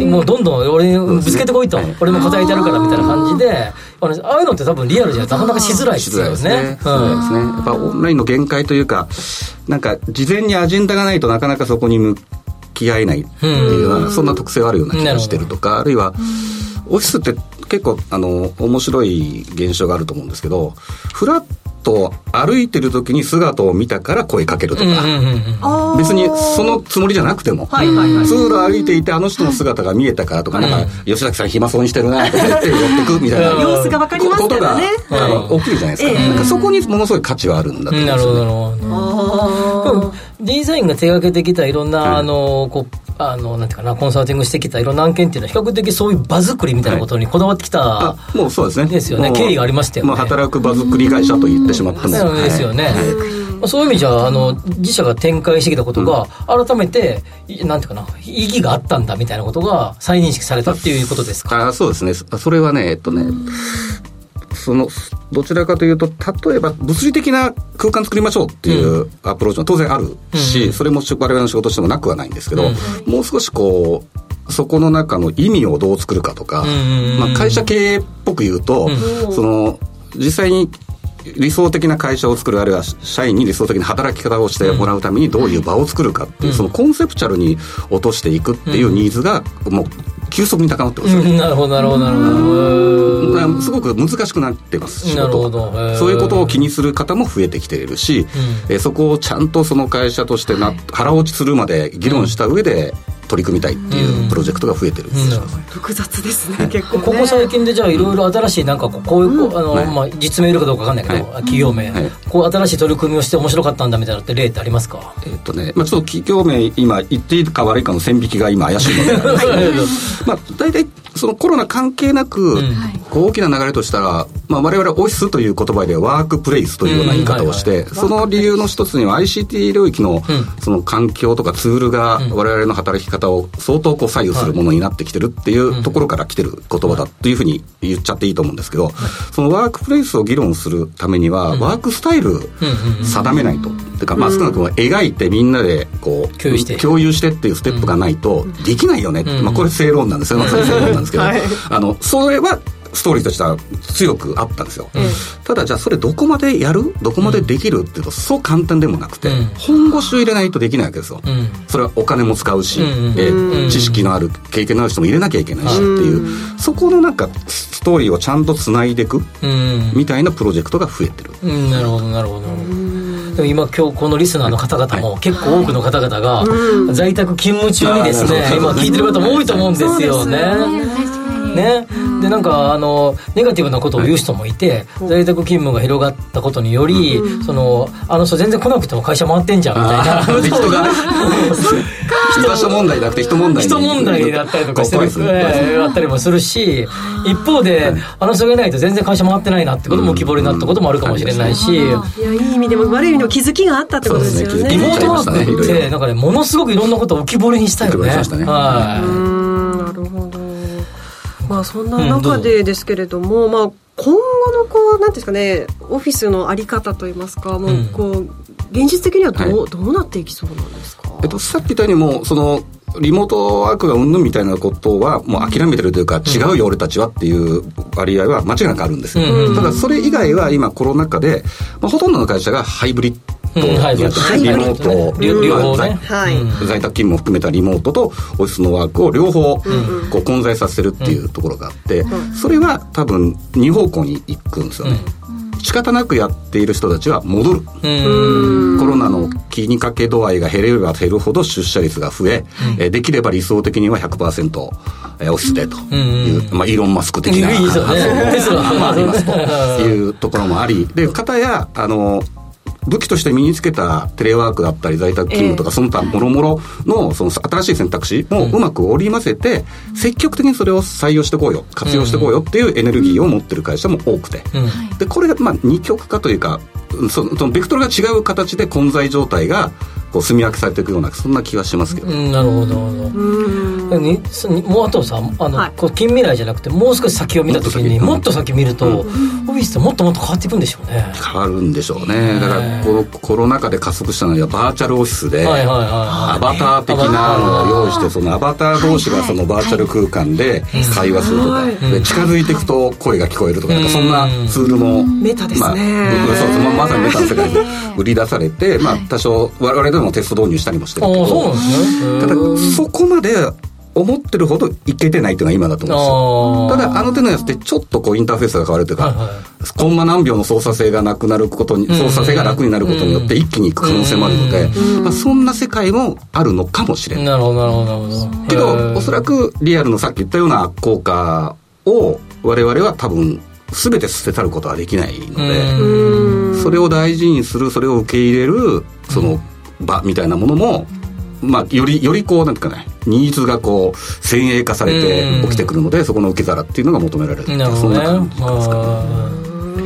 もうどんどん俺ぶつけてこいと、俺も答えてやるからみたいな感じで、ああいうのって多分リアルじゃなかなかしづらいですよね。しづらいですね、うん、そうですね。 やっぱオンラインの限界というか、なんか事前にアジェンダがないとなかなかそこに向き合えないっていうような、そんな特性があるような気がしてるとか、あるいはオフィスって結構あの面白い現象があると思うんですけど、フラッと歩いてる時に姿を見たから声かけるとか、うんうんうん、別にそのつもりじゃなくても、はいはいはい、通路歩いていてあの人の姿が見えたからとか、はい、なんか吉崎さん暇そうにしてるなとか言って寄ってくみたいな様子が分かりますからね、 ことが、はい、起きるじゃないですか、えー、なんかそこにものすごい価値はあるんだと思うんですよね。なるほど、なるほど。 デザインが手掛けてきたいろんな、はい、あのこうあのなんていうかな、コンサルティングしてきたいろんな案件っていうのは比較的そういう場作りみたいなことにこだわってきた、はい、 もうそうですね、 ですよね。経緯がありましたよね。 もう働く場作り会社と言ってしまっても、 そうですよね、はい、そういう意味じゃあの自社が展開してきたことが改めて、うん、なんていうかな、意義があったんだみたいなことが再認識されたっていうことですか。 あ、そうですね。それはね、えっとね、 そのどちらかというと例えば物理的な空間作りましょうっていうアプローチも当然あるし、うん、それも我々の仕事としてもなくはないんですけど、うん、もう少しこうそこの中の意味をどう作るかとか、うんまあ、会社経営っぽく言うと、うん、その実際に理想的な会社を作る、あるいは社員に理想的な働き方をしてもらうためにどういう場を作るかっていう、うん、そのコンセプチュアルに落としていくっていうニーズがもう急速に高まってますよね、 うん、なるほどなるほどなるほど。 すごく難しくなってます仕事。そういうことを気にする方も増えてきているし、うん、えそこをちゃんとその会社としてな、はい、腹落ちするまで議論した上で取り組みたいっていうプロジェクトが増えてるんです、うんうん、 複雑ですね結構ね。 ここ最近でじゃあいろいろ新しいなんかこういう、うん、あの、はいまあ、実名いるかどうか分かんないけど、はい、企業名、はい、こう新しい取り組みをして面白かったんだみたいなって例ってありますか？ えーっとねまあ、ちょっと企業名今言っていいか悪いかの線引きが今怪しいのでまあ大体そのコロナ関係なく、うん、こう大きな流れとしたら、まあ、我々はオフィスという言葉でワークプレイスというような言い方をして、うんはいはい、その理由の一つには アイシーティー 領域の、うん、その環境とかツールが我々の働き方を相当こう左右するものになってきてるっていうところから来てる言葉だというふうに言っちゃっていいと思うんですけど、そのワークプレイスを議論するためにはワークスタイル定めないと、てかまあ少なくとも描いてみんなでこう共有して、共有してっていうステップがないとできないよねって、まあ、これ正論なんですよ、まさに正論なんですけど、はい、あのそれはストーリーとしては強くあったんですよ、うん、ただじゃあそれどこまでやるどこまでできるっていうとそう簡単でもなくて、うん、本腰を入れないとできないわけですよ、うん、それはお金も使うし、うん、えー、知識のある経験のある人も入れなきゃいけないしっていう、うん、そこのなんかストーリーをちゃんとつないでいくみたいなプロジェクトが増えてる、 うんうん、なるほどなるほど。でも今今日このリスナーの方々も結構多くの方々が在宅勤務中にですね、今聞いてる方も多いと思うんですよね。ね、でなんかあのネガティブなことを言う人もいて、はい、在宅勤務が広がったことにより、うん、そのあの人全然来なくても会社回ってんじゃんみたいな人がね人場所問題じゃなくて人問題人問題になったりとかしてる人があったりもするし、一方で、はい、あの人がいないと全然会社回ってないなってことも浮き彫りになったこともあるかもしれないし、うんうん、 いやいい意味でも悪い意味でも気づきがあったってことですよね。 リモートワークってなんかねものすごくいろんなことを浮き彫りにしたよね。 ね、 はい、 うーんなるほど。まあ、そんな中でですけれども、うん、まあ、今後のこうなんですかね、オフィスの在り方といいますか、もうこう現実的にはどう、はい、どうなっていきそうなんですか？ えっと、さっき言ったようにもうそのリモートワークがうんぬんみたいなことはもう諦めてるというか、うん、違うよ俺たちはっていう割合は間違いなくあるんですよ、うん、ただそれ以外は今コロナ禍で、まあ、ほとんどの会社がハイブリッドと、うん、やって、リモート、 両方ね、 在宅勤務を含めたリモートとオフィスのワークを両方こう混在させるっていうところがあって、うん、それは多分に方向に行くんですよね、うん、仕方なくやっている人たちは戻る、うん、コロナの気にかけ度合いが減れれば減るほど出社率が増え、うん、できれば理想的には ひゃくパーセント オフィスでという、うんまあ、イーロン・マスク的な発想がありますというところもありで、かたやあの武器として身につけたテレワークだったり在宅勤務とかその他もろもろのその新しい選択肢もうまく織り交ぜて積極的にそれを採用していこうよ活用していこうよっていうエネルギーを持ってる会社も多くて、でこれがまあ二極化というかそのそのベクトルが違う形で混在状態がこう住み分けされていくようなそんな気がしますけど、 うん、なるほどにもうあとさあの、はい、こう近未来じゃなくてもう少し先を見た時にもっと先見ると、うん、オフィスってもっともっと変わっていくんでしょうね。 変わるんでしょうね。だからこのコロナ禍で加速したのはバーチャルオフィスで、はいはいはいはい、アバター的なのを用意してそのアバター同士がそのバーチャル空間で会話するとか、はいはい、で近づいていくと声が聞こえるとか、なんかそんなツールもメタですね、 まあ、そうそうまさにメタの世界で売り出されて、まあ、多少我々でもテスト導入したりもしてるけど、 そうなんですね、 ただそこまで思ってるほどいけてないというのが今だと思うんですよ。ただあの手のやつってちょっとこうインターフェースが変わるというか、はいはい、コンマ何秒の操作性がなくなることに、操作性が楽になることによって一気にいく可能性もあるので、まあ、そんな世界もあるのかもしれない。 なるほどなるほどなるほど。 けどおそらくリアルのさっき言ったような効果を我々は多分全て捨て去ることはできないので、それを大事にする、それを受け入れるその場みたいなものも、まあ、よりよりこうなんていうかね、ニーズがこう先鋭化されて起きてくるので、そこの受け皿っていうのが求められるっていう、そんな感じですかね。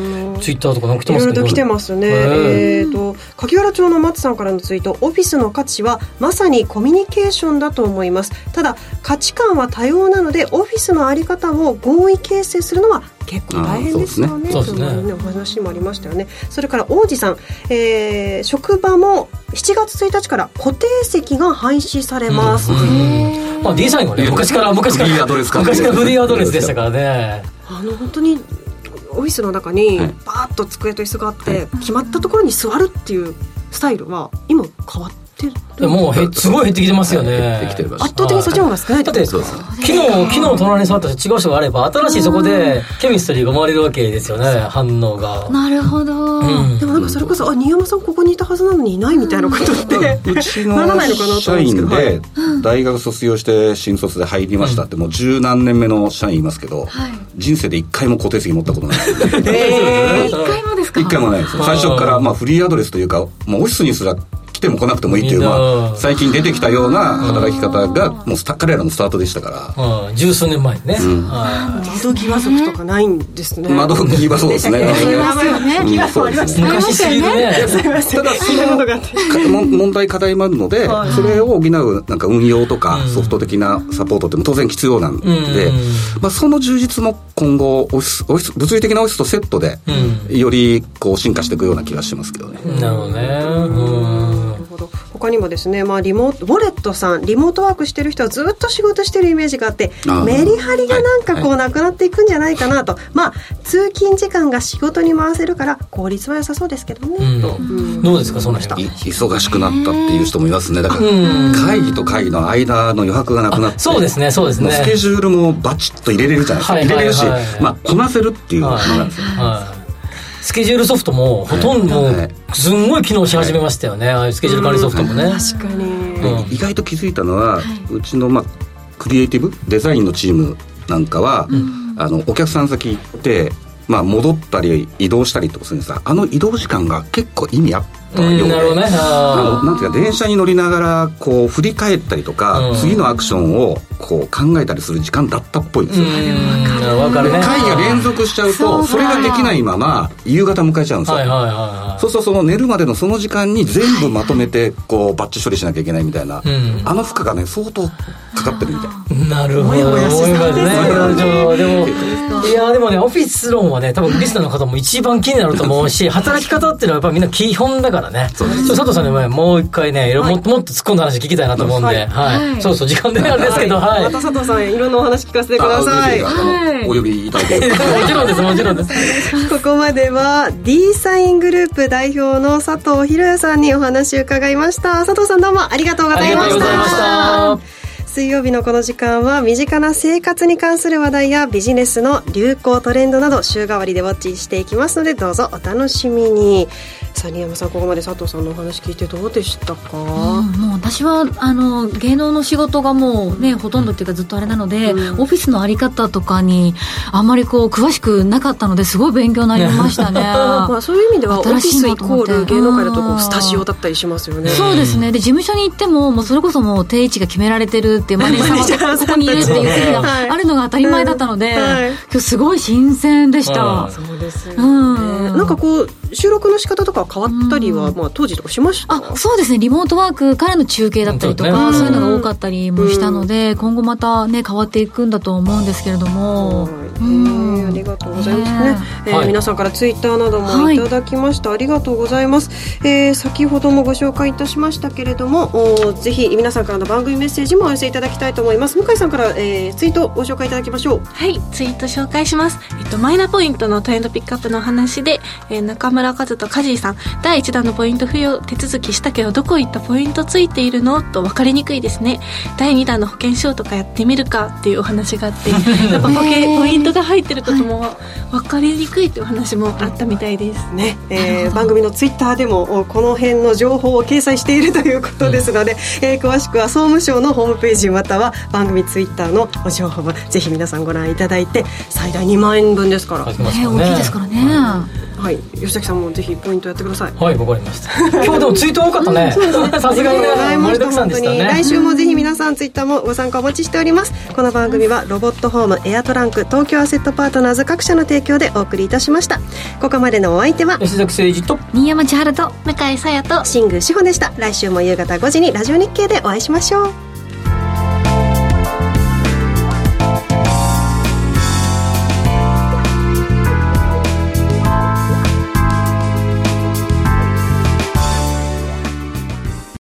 ツイッターとかなんか来てますね。いろいろと来てますね。えーと柿原町の松さんからのツイート、オフィスの価値はまさにコミュニケーションだと思います。ただ価値観は多様なのでオフィスの在り方を合意形成するのは結構大変ですよね。 そうですね。 そうですね。お話もありましたよね。それから王子さん、えー、職場もしちがつついたちから固定席が廃止されます。うんうん、まあ D サインはね昔から昔から昔からフリーアドレスでしたからね。 あの本当にオフィスの中にバーッと机と椅子があって、はい、決まったところに座るっていうスタイルは今変わってる。 もうへすごい減ってきてますよね。 圧倒的にそっちの方が少ない。 だって昨日昨日隣に座った違う人があれば新しいそこでケミストリーが生まれるわけですよね。反応が。 なるほど、 うん、でもなんかそれこそあ新山さんここにいたはずなのにいないみたいなことってうちの社員で大学卒業して新卒で入りましたって、もう十何年目の社員いますけど、はい、人生で一回も固定席持ったことない。 えー、一回もですか？ 一回もないです。最初からまあフリーアドレスというか、もうオフィスにすら来ても来なくてもいいっていう、まあ、最近出てきたような働き方がもう彼らのスタートでしたから、 うん、十数年前ね、うん、 窓際族とかないんですね。 窓際そうですね。 昔すぎるね。 ただその問題課題もあるので、それを補うなんか運用とかソフト的なサポートっても当然必要なんで、まあ、その充実も今後オフィス、オフィス物理的なオフィスとセットでよりこう進化していくような気がしますけどね。 なるほどね。うん他にもですね、まあ、リモートウォレットさん、リモートワークしてる人はずっと仕事してるイメージがあってメリハリがなんかこうなくなっていくんじゃないかなと、はいはい、まあ通勤時間が仕事に回せるから効率は良さそうですけどね、うんとうん、 どうですかその人。 忙しくなったっていう人もいますね。だから会議と会議の間の余白がなくなって、 そうですねそうですね、 スケジュールもバチッと入れれるじゃないですか、はいはいはい、入れれるし、まあ、こなせるっていうのなんですよ、はいはい。 スケジュールソフトもほとんどすんごい機能し始めましたよね、ああいうスケジュール管理ソフトもね、 確かに、 うん、意外と気づいたのは、はい、うちの、まあ、クリエイティブデザインのチームなんかは、うん、あのお客さん先行って、まあ、戻ったり移動したりとかするんですが、あの移動時間が結構意味あったようで、うん、なるほどね、あのなんていうか電車に乗りながらこう振り返ったりとか、うん、次のアクションをこう考えたりする時間だったっぽいんですよ。 分かるね。 会議が連続しちゃうとそれができないまま夕方迎えちゃうんですよ、はいはいはいはい、そうするとその寝るまでのその時間に全部まとめてこうバッチ処理しなきゃいけないみたいな、うん、あの負荷がね相当かかってるみたいな。なるほど。もやもやしそうですね。でもいやでもねオフィス論はね多分リスナーの方も一番気になると思うし働き方っていうのはやっぱりみんな基本だからね。そうです。佐藤さんにももう一回ね、はい、もっともっと突っ込んだ話聞きたいなと思うんで、はいはいはい、そうそう時間であれですけど、はいはい、 また佐藤さんいろんなお話聞かせてください。 はい、お呼びいただければもちろんですもちろんですここまでは D サイングループ代表の佐藤博也さんにお話を伺いました。佐藤さんどうもありがとうございました。ありがとうございました。水曜日のこの時間は身近な生活に関する話題やビジネスの流行トレンドなど週替わりでウォッチしていきますのでどうぞお楽しみに。さあ新山さんここまで佐藤さんのお話聞いてどうでしたか？うん、 もう私はあの芸能の仕事がもうねほとんどっていうかずっとあれなので、うん、オフィスのあり方とかにあんまりこう詳しくなかったのですごい勉強になりましたねまあそういう意味ではオフィスイコール芸能界だとこうスタジオだったりしますよね。 そうですね。で事務所に行ってももうそれこそもう定位置が決められてるっていうマネージャーがここにいるっていう席があるのが当たり前だったので、はい、今日すごい新鮮でした。 そうですよね、うん、なんかこう収録の仕方とか変わったりは、うんまあ、当時とかしました？ あそうですね。リモートワークからの中継だったりとか、うん、そういうのが多かったりもしたので、うん、今後またね変わっていくんだと思うんですけれども、 うん、ありがとうございますね、えーはい、皆さんからツイッターなどもいただきました、はい、ありがとうございます、えー、先ほどもご紹介いたしましたけれどもぜひ皆さんからの番組メッセージもお寄せいただきたいと思います。向井さんから、えー、ツイートをご紹介いただきましょう。 はい、ツイート紹介します、えっと、マイナポイントのトレンドピックアップの話で、えー、中村和人カジーさん、だいいち弾のポイント付与手続きしたけどどこ行ったポイントついているのと分かりにくいですね。だいに弾の保険証とかやってみるかっていうお話があってやっぱ保険ポイントが入ってることも分かりにくいというお話もあったみたいですね、えー、番組のツイッターでもこの辺の情報を掲載しているということですので、うんえー、詳しくは総務省のホームページまたは番組ツイッターの情報をぜひ皆さんご覧いただいて最大にまんえん分ですから、 ね、大きいですからね。 あはい、吉崎さんもぜひポイントやってください。 はい、わかりました。今日でもツイート多かったね。さすがにね、盛りだくさんでしたね。 来週もぜひ皆さんツイッターもご参加お待ちしております。この番組はロボットホーム、エアトランク、東京アセットパートナーズ各社の提供でお送りいたしました。ここまでのお相手は吉崎誠二と新山千春と向井沙耶と新宮志保でした。来週も夕方ごじにラジオ日経でお会いしましょう。